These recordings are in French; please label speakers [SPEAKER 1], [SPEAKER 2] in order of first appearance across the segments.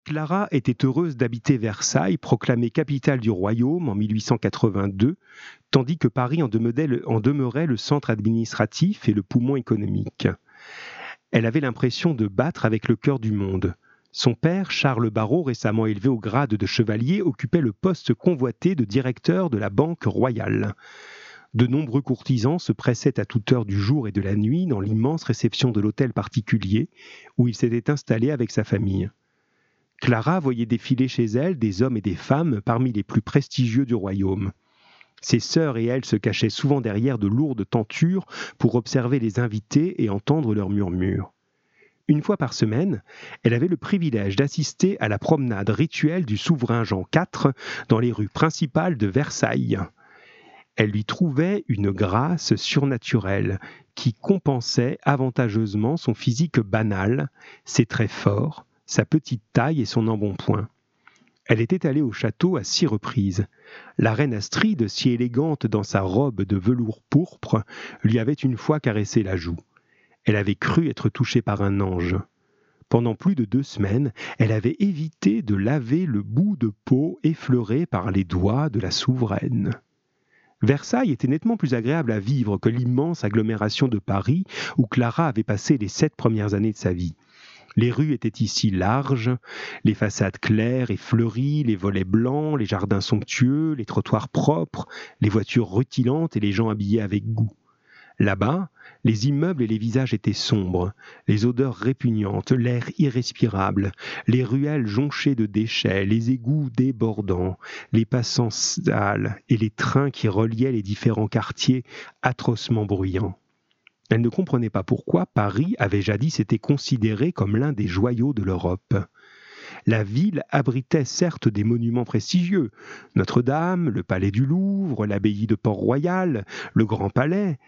[SPEAKER 1] Clara était heureuse d'habiter Versailles, proclamée capitale du royaume en 1882, tandis que Paris en demeurait le centre administratif et le poumon économique. Elle avait l'impression de battre avec le cœur du monde. Son père, Charles Barrault, récemment élevé au grade de chevalier, occupait le poste convoité de directeur de la Banque royale. De nombreux courtisans se pressaient à toute heure du jour et de la nuit dans l'immense réception de l'hôtel particulier où il s'était installé avec sa famille. Clara voyait défiler chez elle des hommes et des femmes parmi les plus prestigieux du royaume. Ses sœurs et elle se cachaient souvent derrière de lourdes tentures pour observer les invités et entendre leurs murmures. Une fois par semaine, elle avait le privilège d'assister à la promenade rituelle du souverain Jean IV dans les rues principales de Versailles. Elle lui trouvait une grâce surnaturelle qui compensait avantageusement son physique banal, ses traits forts, sa petite taille et son embonpoint. Elle était allée au château à 6 reprises. La reine Astride, si élégante dans sa robe de velours pourpre, lui avait une fois caressé la joue. Elle avait cru être touchée par un ange. Pendant plus de 2 semaines, elle avait évité de laver le bout de peau effleuré par les doigts de la souveraine. Versailles était nettement plus agréable à vivre que l'immense agglomération de Paris où Clara avait passé les 7 premières années de sa vie. Les rues étaient ici larges, les façades claires et fleuries, les volets blancs, les jardins somptueux, les trottoirs propres, les voitures rutilantes et les gens habillés avec goût. Là-bas, les immeubles et les visages étaient sombres, les odeurs répugnantes, l'air irrespirable, les ruelles jonchées de déchets, les égouts débordants, les passants sales et les trains qui reliaient les différents quartiers atrocement bruyants. Elle ne comprenait pas pourquoi Paris avait jadis été considéré comme l'un des joyaux de l'Europe. La ville abritait certes des monuments prestigieux, Notre-Dame, le palais du Louvre, l'abbaye de Port-Royal, le Grand Palais,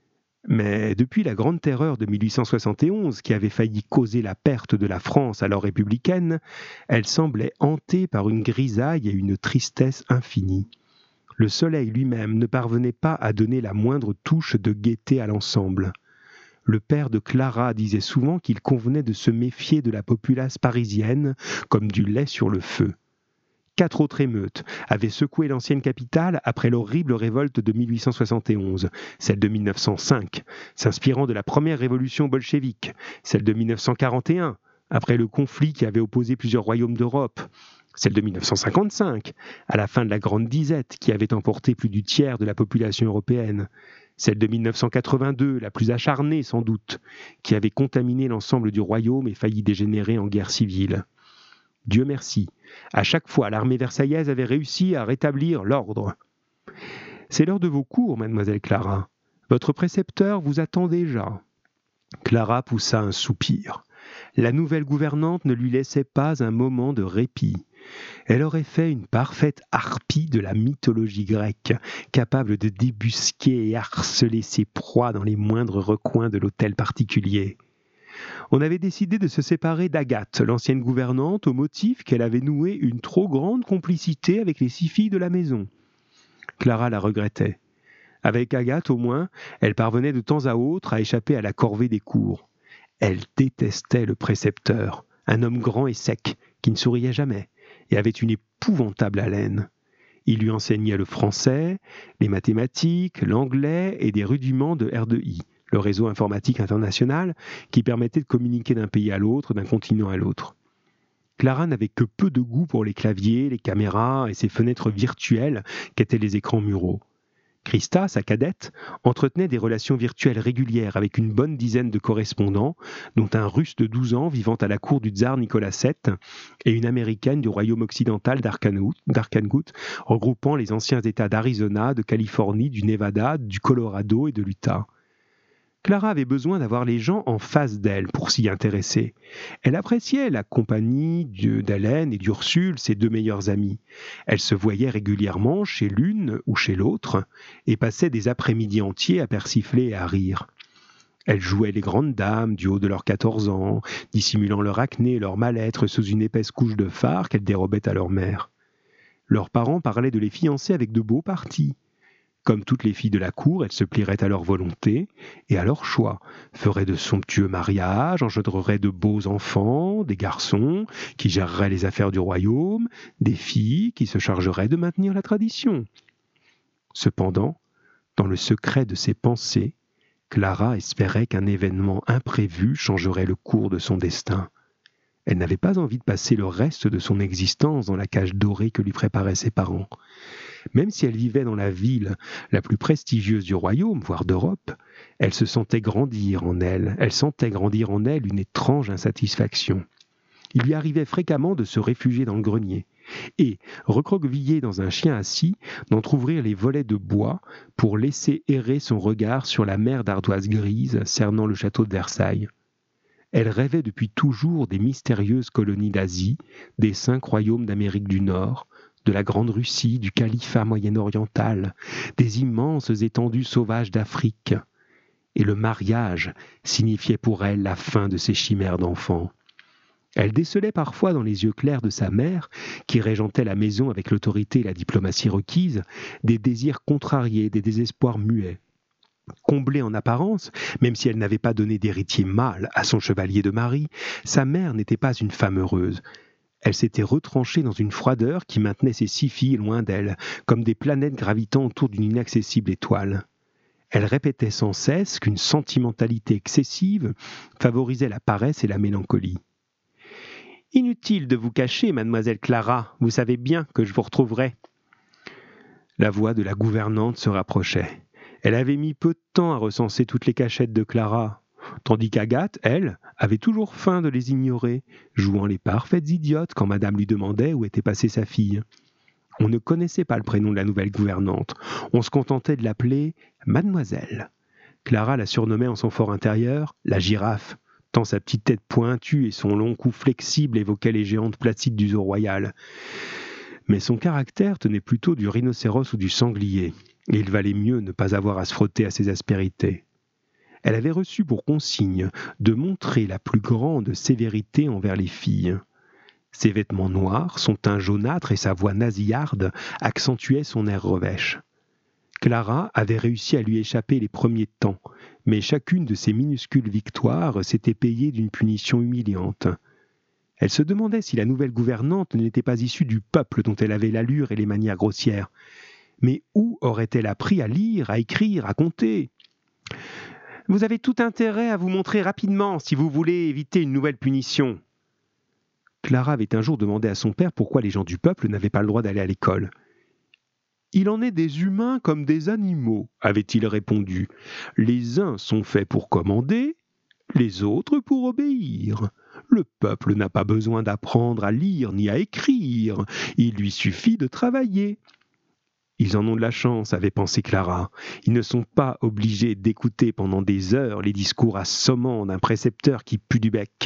[SPEAKER 1] mais depuis la Grande Terreur de 1871, qui avait failli causer la perte de la France alors républicaine, elle semblait hantée par une grisaille et une tristesse infinie. Le soleil lui-même ne parvenait pas à donner la moindre touche de gaieté à l'ensemble. Le père de Clara disait souvent qu'il convenait de se méfier de la populace parisienne comme du lait sur le feu. 4 autres émeutes avaient secoué l'ancienne capitale après l'horrible révolte de 1871, celle de 1905, s'inspirant de la première révolution bolchevique, celle de 1941, après le conflit qui avait opposé plusieurs royaumes d'Europe, celle de 1955, à la fin de la Grande Disette qui avait emporté plus du tiers de la population européenne, celle de 1982, la plus acharnée sans doute, qui avait contaminé l'ensemble du royaume et failli dégénérer en guerre civile. Dieu merci, à chaque fois l'armée versaillaise avait réussi à rétablir l'ordre. « C'est l'heure de vos cours, mademoiselle Clara. Votre précepteur vous attend déjà. » Clara poussa un soupir. La nouvelle gouvernante ne lui laissait pas un moment de répit. Elle aurait fait une parfaite harpie de la mythologie grecque, capable de débusquer et harceler ses proies dans les moindres recoins de l'hôtel particulier. On avait décidé de se séparer d'Agathe, l'ancienne gouvernante, au motif qu'elle avait noué une trop grande complicité avec les 6 filles de la maison. Clara la regrettait. Avec Agathe, au moins, elle parvenait de temps à autre à échapper à la corvée des cours. Elle détestait le précepteur, un homme grand et sec, qui ne souriait jamais, et avait une épouvantable haleine. Il lui enseignait le français, les mathématiques, l'anglais et des rudiments de R2I, le réseau informatique international qui permettait de communiquer d'un pays à l'autre, d'un continent à l'autre. Clara n'avait que peu de goût pour les claviers, les caméras et ces fenêtres virtuelles qu'étaient les écrans muraux. Christa, sa cadette, entretenait des relations virtuelles régulières avec une bonne dizaine de correspondants, dont un Russe de 12 ans vivant à la cour du tsar Nicolas VII et une Américaine du royaume occidental d'Arkansas, regroupant les anciens États d'Arizona, de Californie, du Nevada, du Colorado et de l'Utah. Clara avait besoin d'avoir les gens en face d'elle pour s'y intéresser. Elle appréciait la compagnie d'Hélène et d'Ursule, ses 2 meilleures amies. Elle se voyait régulièrement chez l'une ou chez l'autre et passait des après-midi entiers à persifler et à rire. Elle jouait les grandes dames du haut de leurs 14 ans, dissimulant leur acné et leur mal-être sous une épaisse couche de fard qu'elles dérobaient à leur mère. Leurs parents parlaient de les fiancer avec de beaux partis. Comme toutes les filles de la cour, elle se plierait à leur volonté et à leur choix, ferait de somptueux mariages, engendrerait de beaux enfants, des garçons qui géreraient les affaires du royaume, des filles qui se chargeraient de maintenir la tradition. Cependant, dans le secret de ses pensées, Clara espérait qu'un événement imprévu changerait le cours de son destin. Elle n'avait pas envie de passer le reste de son existence dans la cage dorée que lui préparaient ses parents. Même si elle vivait dans la ville la plus prestigieuse du royaume, voire d'Europe, elle sentait grandir en elle une étrange insatisfaction. Il lui arrivait fréquemment de se réfugier dans le grenier et, recroquevillée dans un chien assis, d'entr'ouvrir les volets de bois pour laisser errer son regard sur la mer d'ardoise grise cernant le château de Versailles. Elle rêvait depuis toujours des mystérieuses colonies d'Asie, des 5 royaumes d'Amérique du Nord, de la Grande Russie, du califat moyen-oriental, des immenses étendues sauvages d'Afrique. Et le mariage signifiait pour elle la fin de ces chimères d'enfant. Elle décelait parfois dans les yeux clairs de sa mère, qui régentait la maison avec l'autorité et la diplomatie requises, des désirs contrariés, des désespoirs muets. Comblée en apparence, même si elle n'avait pas donné d'héritier mâle à son chevalier de mari, sa mère n'était pas une femme heureuse. Elle s'était retranchée dans une froideur qui maintenait ses 6 filles loin d'elle, comme des planètes gravitant autour d'une inaccessible étoile. Elle répétait sans cesse qu'une sentimentalité excessive favorisait la paresse et la mélancolie. « Inutile de vous cacher, mademoiselle Clara, vous savez bien que je vous retrouverai. » La voix de la gouvernante se rapprochait. Elle avait mis peu de temps à recenser toutes les cachettes de Clara, tandis qu'Agathe, elle, avait toujours feint de les ignorer, jouant les parfaites idiotes quand madame lui demandait où était passée sa fille. On ne connaissait pas le prénom de la nouvelle gouvernante, on se contentait de l'appeler mademoiselle. Clara la surnommait en son fort intérieur la girafe, tant sa petite tête pointue et son long cou flexible évoquaient les géantes placides du zoo royal. Mais son caractère tenait plutôt du rhinocéros ou du sanglier, et il valait mieux ne pas avoir à se frotter à ses aspérités. Elle avait reçu pour consigne de montrer la plus grande sévérité envers les filles. Ses vêtements noirs, son teint jaunâtre et sa voix nasillarde accentuaient son air revêche. Clara avait réussi à lui échapper les premiers temps, mais chacune de ses minuscules victoires s'était payée d'une punition humiliante. Elle se demandait si la nouvelle gouvernante n'était pas issue du peuple dont elle avait l'allure et les manières grossières. Mais où aurait-elle appris à lire, à écrire, à compter ? « Vous avez tout intérêt à vous montrer rapidement si vous voulez éviter une nouvelle punition. » Clara avait un jour demandé à son père pourquoi les gens du peuple n'avaient pas le droit d'aller à l'école. « Il en est des humains comme des animaux, » avait-il répondu. « Les uns sont faits pour commander, les autres pour obéir. Le peuple n'a pas besoin d'apprendre à lire ni à écrire, il lui suffit de travailler. » Ils en ont de la chance, avait pensé Clara. Ils ne sont pas obligés d'écouter pendant des heures les discours assommants d'un précepteur qui pue du bec.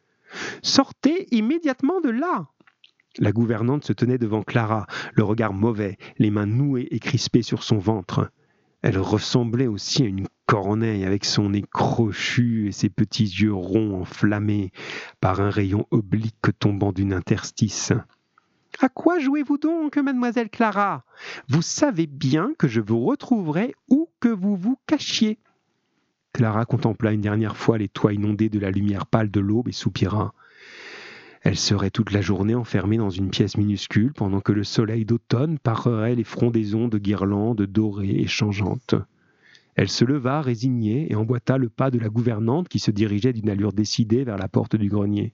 [SPEAKER 1] « Sortez immédiatement de là !» La gouvernante se tenait devant Clara, le regard mauvais, les mains nouées et crispées sur son ventre. Elle ressemblait aussi à une corneille avec son nez crochu et ses petits yeux ronds enflammés par un rayon oblique tombant d'une interstice. « À quoi jouez-vous donc, mademoiselle Clara ? Vous savez bien que je vous retrouverai où que vous vous cachiez. » Clara contempla une dernière fois les toits inondés de la lumière pâle de l'aube et soupira. Elle serait toute la journée enfermée dans une pièce minuscule pendant que le soleil d'automne parerait les frondaisons de guirlandes dorées et changeantes. Elle se leva, résignée, et emboîta le pas de la gouvernante qui se dirigeait d'une allure décidée vers la porte du grenier.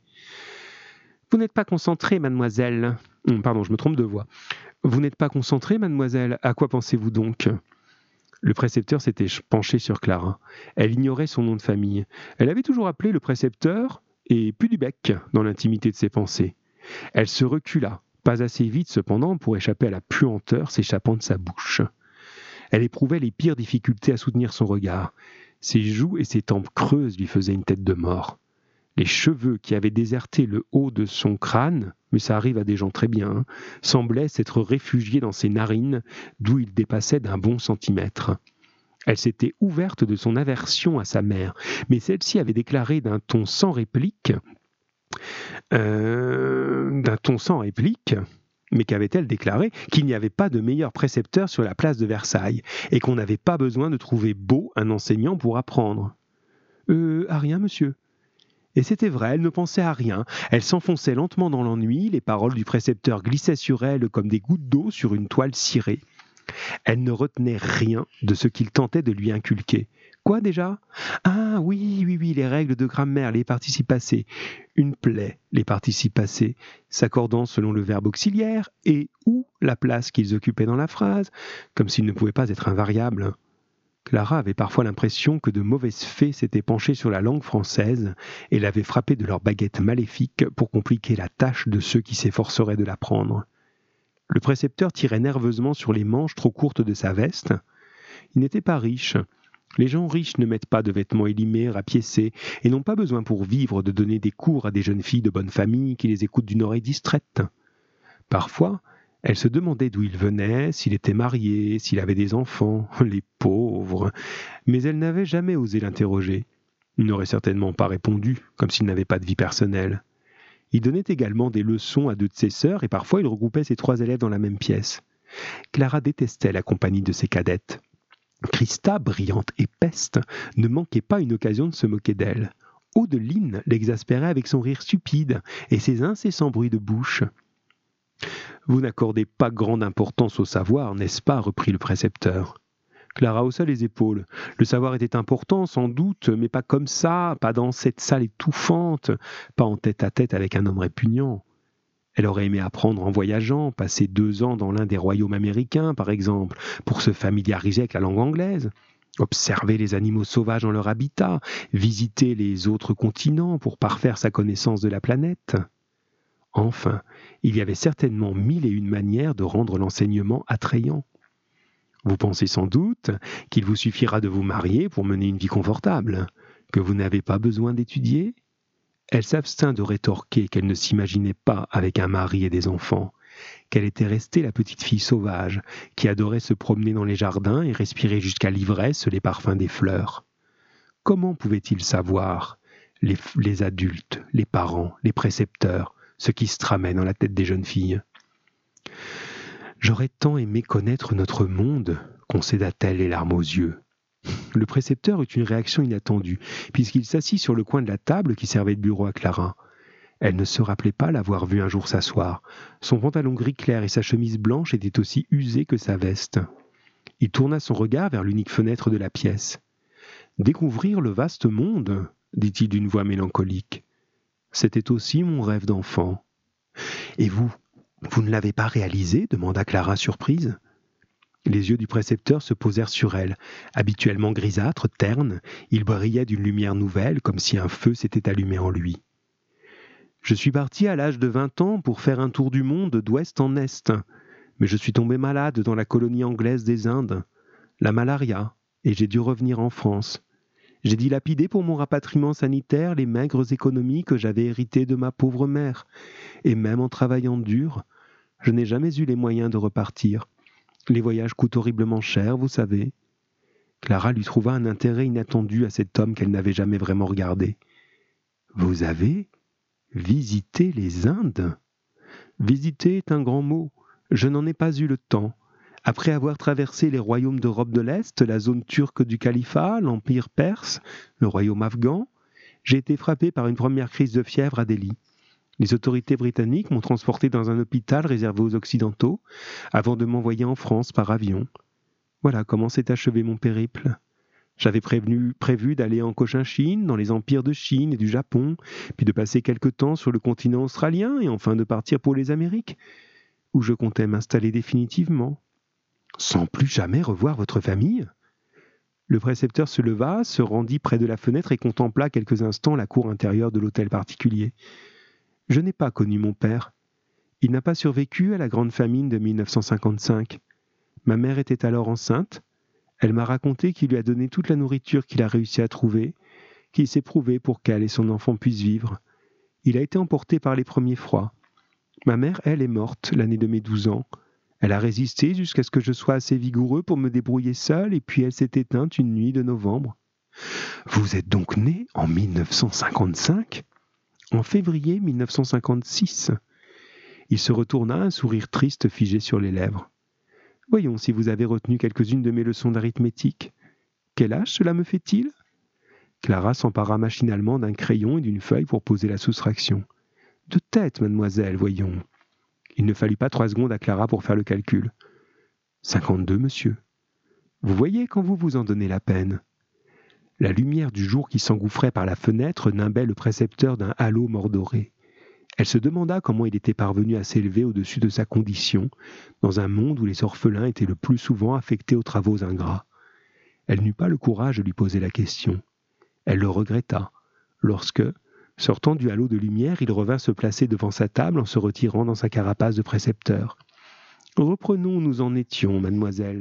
[SPEAKER 1] « Vous n'êtes pas concentrée, mademoiselle. » Pardon, je me trompe de voix. « Vous n'êtes pas concentrée, mademoiselle. À quoi pensez-vous donc ?» Le précepteur s'était penché sur Clara. Elle ignorait son nom de famille. Elle avait toujours appelé le précepteur et Pudubec dans l'intimité de ses pensées. Elle se recula, pas assez vite cependant pour échapper à la puanteur s'échappant de sa bouche. Elle éprouvait les pires difficultés à soutenir son regard. Ses joues et ses tempes creuses lui faisaient une tête de mort. Les cheveux qui avaient déserté le haut de son crâne, mais ça arrive à des gens très bien, semblaient s'être réfugiés dans ses narines, d'où ils dépassaient d'un bon centimètre. Elle s'était ouverte de son aversion à sa mère, mais celle-ci avait déclaré d'un ton sans réplique Mais qu'avait-elle déclaré? Qu'il n'y avait pas de meilleur précepteur sur la place de Versailles, et qu'on n'avait pas besoin de trouver beau un enseignant pour apprendre. À rien, monsieur. Et c'était vrai, elle ne pensait à rien. Elle s'enfonçait lentement dans l'ennui, les paroles du précepteur glissaient sur elle comme des gouttes d'eau sur une toile cirée. Elle ne retenait rien de ce qu'il tentait de lui inculquer. Quoi déjà? Ah oui, les règles de grammaire, les participes passés. Une plaie, les participes passés, s'accordant selon le verbe auxiliaire et ou la place qu'ils occupaient dans la phrase, comme s'ils ne pouvaient pas être invariables. Clara avait parfois l'impression que de mauvaises fées s'étaient penchées sur la langue française et l'avaient frappée de leurs baguettes maléfiques pour compliquer la tâche de ceux qui s'efforceraient de l'apprendre. Le précepteur tirait nerveusement sur les manches trop courtes de sa veste. Il n'était pas riche. Les gens riches ne mettent pas de vêtements élimés, rapiécés, et n'ont pas besoin pour vivre de donner des cours à des jeunes filles de bonne famille qui les écoutent d'une oreille distraite. Parfois, elle se demandait d'où il venait, s'il était marié, s'il avait des enfants, les pauvres. Mais elle n'avait jamais osé l'interroger. Il n'aurait certainement pas répondu, comme s'il n'avait pas de vie personnelle. Il donnait également des leçons à deux de ses sœurs et parfois il regroupait ses 3 élèves dans la même pièce. Clara détestait la compagnie de ses cadettes. Christa, brillante et peste, ne manquait pas une occasion de se moquer d'elle. Audeline l'exaspérait avec son rire stupide et ses incessants bruits de bouche. « Vous n'accordez pas grande importance au savoir, n'est-ce pas ?» reprit le précepteur. Clara haussa les épaules. Le savoir était important, sans doute, mais pas comme ça, pas dans cette salle étouffante, pas en tête-à-tête avec un homme répugnant. Elle aurait aimé apprendre en voyageant, passer 2 ans dans l'un des royaumes américains, par exemple, pour se familiariser avec la langue anglaise, observer les animaux sauvages dans leur habitat, visiter les autres continents pour parfaire sa connaissance de la planète. Enfin, il y avait certainement 1001 manières de rendre l'enseignement attrayant. Vous pensez sans doute qu'il vous suffira de vous marier pour mener une vie confortable, que vous n'avez pas besoin d'étudier? Elle s'abstint de rétorquer qu'elle ne s'imaginait pas avec un mari et des enfants, qu'elle était restée la petite fille sauvage qui adorait se promener dans les jardins et respirer jusqu'à l'ivresse les parfums des fleurs. Comment pouvaient-ils savoir, les adultes, les parents, les précepteurs, ce qui se tramait dans la tête des jeunes filles? J'aurais tant aimé connaître notre monde, concéda-t-elle les larmes aux yeux. Le précepteur eut une réaction inattendue, puisqu'il s'assit sur le coin de la table qui servait de bureau à Clara. Elle ne se rappelait pas l'avoir vu un jour s'asseoir. Son pantalon gris clair et sa chemise blanche étaient aussi usés que sa veste. Il tourna son regard vers l'unique fenêtre de la pièce. « Découvrir le vaste monde », dit-il d'une voix mélancolique. « C'était aussi mon rêve d'enfant. »« Et vous ne l'avez pas réalisé ?» demanda Clara surprise. Les yeux du précepteur se posèrent sur elle. Habituellement grisâtre, terne, il brillait d'une lumière nouvelle, comme si un feu s'était allumé en lui. « Je suis parti à l'âge de 20 ans pour faire un tour du monde d'ouest en est, mais je suis tombé malade dans la colonie anglaise des Indes, la malaria, et j'ai dû revenir en France. J'ai dilapidé pour mon rapatriement sanitaire les maigres économies que j'avais héritées de ma pauvre mère, et même en travaillant dur, je n'ai jamais eu les moyens de repartir. Les voyages coûtent horriblement cher, vous savez. » Clara lui trouva un intérêt inattendu à cet homme qu'elle n'avait jamais vraiment regardé. « Vous avez visité les Indes ?» Visiter est un grand mot. Je n'en ai pas eu le temps. Après avoir traversé les royaumes d'Europe de l'Est, la zone turque du califat, l'empire perse, le royaume afghan, j'ai été frappé par une première crise de fièvre à Delhi. Les autorités britanniques m'ont transporté dans un hôpital réservé aux Occidentaux, avant de m'envoyer en France par avion. Voilà comment s'est achevé mon périple. J'avais prévu d'aller en Cochinchine, dans les empires de Chine et du Japon, puis de passer quelque temps sur le continent australien et enfin de partir pour les Amériques, où je comptais m'installer définitivement. Sans plus jamais revoir votre famille ? Le précepteur se leva, se rendit près de la fenêtre et contempla quelques instants la cour intérieure de l'hôtel particulier. Je n'ai pas connu mon père. Il n'a pas survécu à la grande famine de 1955. Ma mère était alors enceinte. Elle m'a raconté qu'il lui a donné toute la nourriture qu'il a réussi à trouver, qu'il s'est prouvé pour qu'elle et son enfant puissent vivre. Il a été emporté par les premiers froids. Ma mère, elle, est morte l'année de mes 12 ans. Elle a résisté jusqu'à ce que je sois assez vigoureux pour me débrouiller seul, et puis elle s'est éteinte une nuit de novembre. Vous êtes donc né en 1955 ? En février 1956. Il se retourna, un sourire triste figé sur les lèvres. « Voyons si vous avez retenu quelques-unes de mes leçons d'arithmétique. Quel âge cela me fait-il » Clara s'empara machinalement d'un crayon et d'une feuille pour poser la soustraction. « De tête, mademoiselle, voyons. » Il ne fallut pas 3 secondes à Clara pour faire le calcul. « 52, monsieur. Vous voyez quand vous vous en donnez la peine. » La lumière du jour qui s'engouffrait par la fenêtre nimbait le précepteur d'un halo mordoré. Elle se demanda comment il était parvenu à s'élever au-dessus de sa condition, dans un monde où les orphelins étaient le plus souvent affectés aux travaux ingrats. Elle n'eut pas le courage de lui poser la question. Elle le regretta, lorsque, sortant du halo de lumière, il revint se placer devant sa table en se retirant dans sa carapace de précepteur. « Reprenons où nous en étions, mademoiselle. »